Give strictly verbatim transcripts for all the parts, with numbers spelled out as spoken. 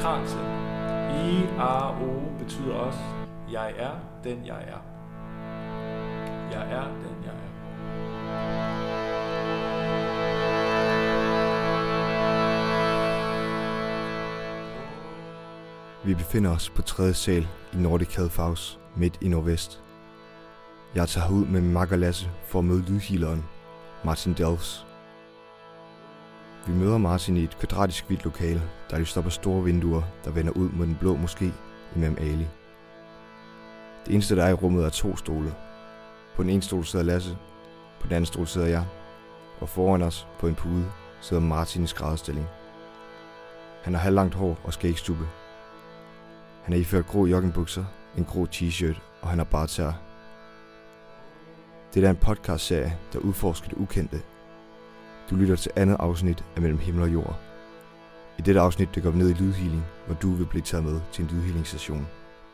sakralcenter. I R O betyder også, jeg er den jeg er. Jeg er den jeg er. Vi befinder os på tredje sal i Nordic Health House, midt i Nordvest. Jeg tager herud med min makker Lasse for at møde lydhealeren, Martin Delfs. Vi møder Martin i et kvadratisk hvidt lokale, der lyst op af store vinduer, der vender ud mod den blå moské Imam Ali. Det eneste, der er i rummet, er to stole. På den ene stol sidder Lasse, på den anden stol sidder jeg, og foran os på en pude sidder Martin i skrædderstilling. Han har halvlangt hår og skægstubbe. Han er iført grå joggingbukser, en grå t-shirt, og han har bare tær. Det er en podcastserie, der udforsker det ukendte. Du lytter til andet afsnit af Mellem Himmel og Jord. I dette afsnit dykker vi ned i lydhealing, hvor du vil blive taget med til en lydhealingssession.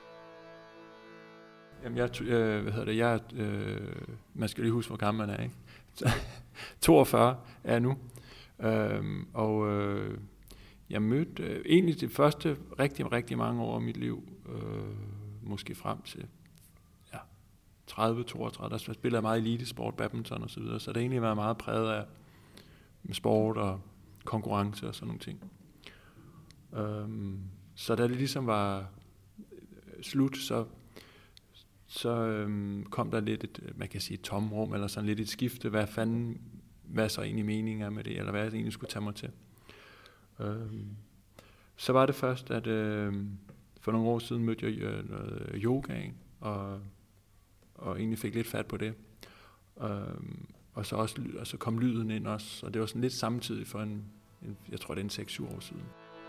Jamen, jeg, øh, hvad hedder det, jeg, øh, man skal lige huske, hvor gammel man er, ikke? toogfyrre er jeg nu, øhm, og øh, jeg mødte øh, egentlig det første rigtig, rigtig mange år af mit liv, øh, måske frem til ja, tredive toogtredive, der spiller jeg meget elitesport, badminton og så videre, så det har egentlig været meget præget af sport og konkurrence og sådan nogle ting. Øhm, så da det ligesom var slut, så så øhm, kom der lidt et, man kan sige et tomrum, eller sådan lidt et skifte, hvad fanden, hvad så egentlig meningen er med det, eller hvad jeg egentlig skulle tage mig til. Øhm, så var det først, at øhm, for nogle år siden mødte jeg øh, noget yoga, og, og egentlig fik lidt fat på det. Øhm, og så også, og så kom lyden ind også, og det var sådan lidt samtidig for en, en jeg tror det er en seks syv år siden.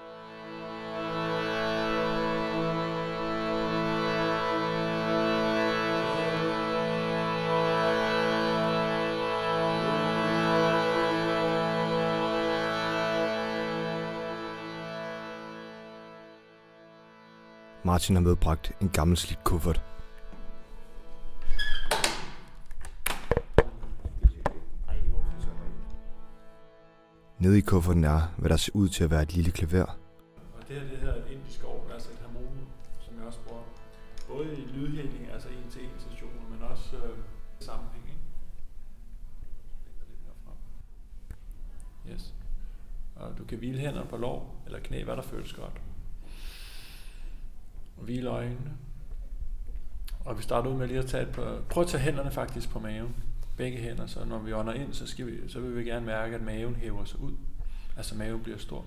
Martin har medbragt en gammel slidt kuffert. Nede i kufferten er, hvad der ser ud til at være et lille klaver. Og det her, det hedder et indisk orgel, altså et harmonium, som jeg også bruger. Både i lydhealing, altså en til en sessioner, men også øh, sammenhæng, ikke? Yes. Og du kan hvile hænder på lår eller knæ, hvad der føles godt. Og hvile øjnene. Og vi starter ud med lige at tage et par, prøv at tage hænderne faktisk på maven. Begge hænder, så når vi ånder ind, så, skal vi, så vil vi gerne mærke, at maven hæver sig ud. Altså maven bliver stor.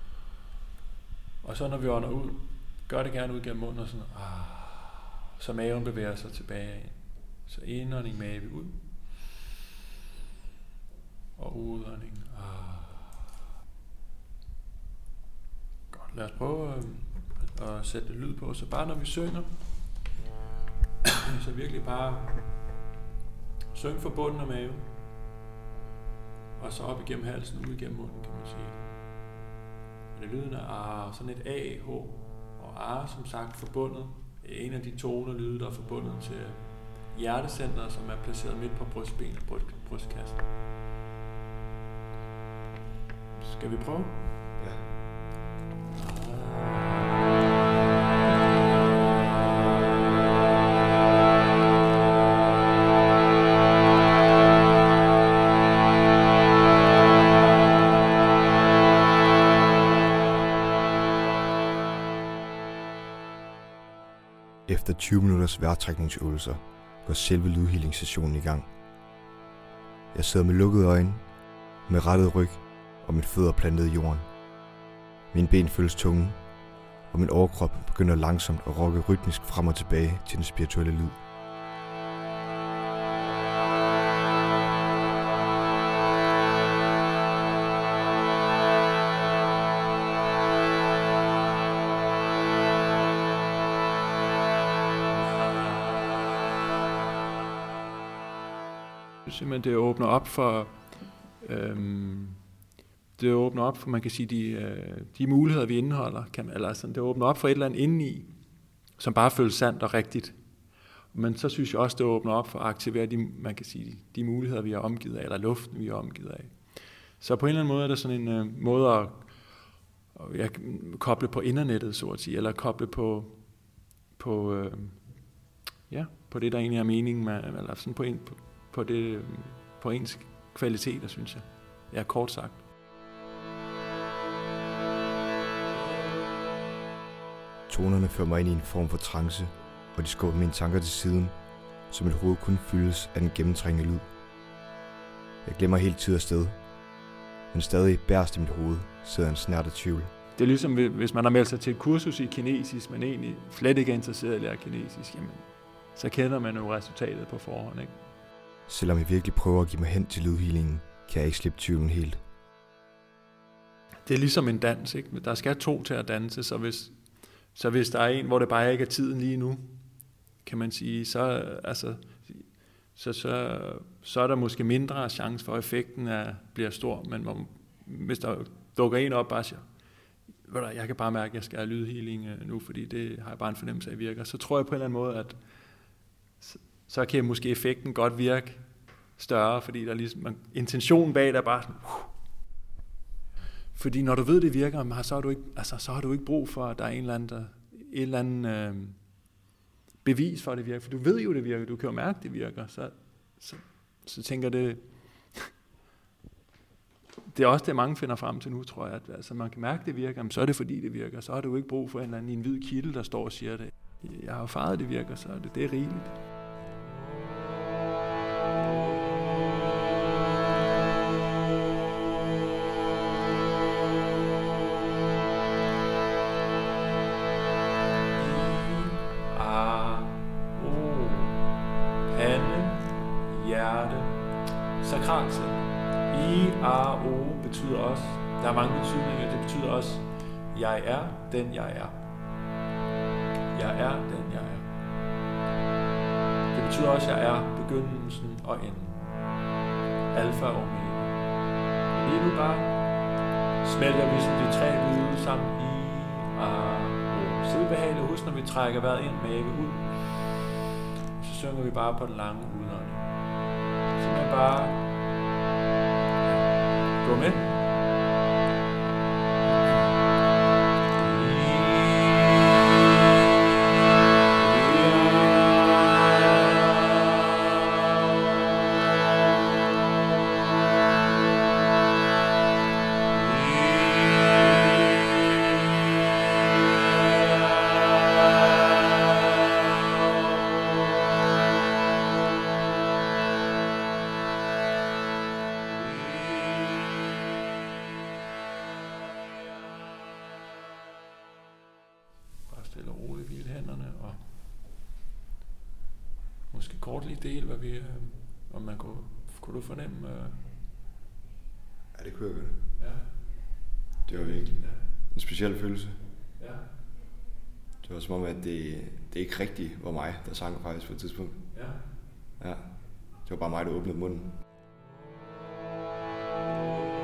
Og så når vi ånder ud, gør det gerne ud gennem munden og sådan, ah, så maven bevæger sig tilbage ind. Så indånding mave ud. Og udånding. Ah. Godt, lad os prøve øh, at sætte lyd på. Så bare når vi synger, så virkelig bare syng fra bunden af maven, og så op igennem halsen, ud igennem munden, kan man sige. Og det lyden af A, sådan et A, H, og A, som sagt, forbundet, en af de toner lyde, der er forbundet til hjertecentret, som er placeret midt på brystbenet og bryst, brystkassen. Skal vi prøve? Ja. Efter tyve minutters vejrtrækningsøvelser går selve lydhealingssessionen i gang. Jeg sidder med lukkede øjne, med rettet ryg og mine fødder plantet i jorden. Mine ben føles tunge, og min overkrop begynder langsomt at rokke rytmisk frem og tilbage til den spirituelle lyd. Simpelthen det åbner op for øhm, det åbner op for, man kan sige, de, øh, de muligheder, vi indeholder, kan, eller sådan, det åbner op for et eller andet indeni, som bare føles sandt og rigtigt. Men så synes jeg også, det åbner op for at aktivere de, man kan sige, de muligheder, vi er omgivet af, eller luften, vi er omgivet af. Så på en eller anden måde er det sådan en øh, måde at, og jeg koble på internettet, så at sige, eller koble på, på, øh, ja, på det, der egentlig er meningen med, eller sådan på, en, på, på, det, på ens kvaliteter, synes jeg. Ja, kort sagt. Tonerne fører mig ind i en form for trance, og de skubber mine tanker til siden, så mit hoved kun fyldes af den gennemtrængende lyd. Jeg glemmer helt tid og sted, men stadig bærst i mit hoved sidder en snert af tvivl. Det er ligesom, hvis man har meldt sig til et kursus i kinesisk, men egentlig slet ikke er interesseret i at lære kinesisk, jamen, så kender man jo resultatet på forhånd, ikke? Selvom jeg virkelig prøver at give mig hen til lydhealingen, kan jeg ikke slippe tvivlen helt. Det er ligesom en dans, ikke? Der skal to til at danse, så hvis, så hvis der er en, hvor det bare ikke er tiden lige nu, kan man sige, så, altså, så, så, så er der måske mindre chance for, at effekten er, bliver stor, men man, hvis der dukker en op, bare siger, jeg kan bare mærke, at jeg skal have lydhealing nu, fordi det har jeg bare en fornemmelse af virker, så tror jeg på en eller anden måde, at så, så kan måske effekten godt virke større, fordi der er ligesom, man, intentionen bag der er bare sådan, uh. Fordi når du ved, det virker, så har du ikke, altså, så har du ikke brug for, at der er en eller anden, der, et eller andet øh, bevis for, at det virker, for du ved jo, det virker, du kan jo mærke, det virker, så, så, så tænker det, det er også det, mange finder frem til nu, tror jeg, at altså, man kan mærke, det virker, men så er det fordi, det virker, så har du ikke brug for en eller anden i en hvid kittel, der står og siger det. Jeg har jo faret, det virker, så er det, det er rigeligt. Sakralcenter. I, A, O betyder også, der er mange betydninger, det betyder også, jeg er den jeg er. Jeg er den jeg er. Det betyder også, jeg er begyndelsen og enden. Alfa og omega. Lige nu bare smelter vi sådan de tre lyde sammen. I, A, O. Så er vi behageligt. Husk, når vi trækker vejret ind, mave ud, så synger vi bare på den lange udånding. Simpelthen bare gå med. Stille og roligt hvile hænderne, og måske kort lige dele, hvad vi, øh, om man kunne, kunne du fornemme? Øh... Ja, det kunne jeg godt. Ja. Det var virkelig ja. en speciel følelse. Ja. Det var som om, at det, det ikke rigtigt var mig, der sang faktisk på et tidspunkt. Ja. Ja. Det var bare mig, der åbnede munden.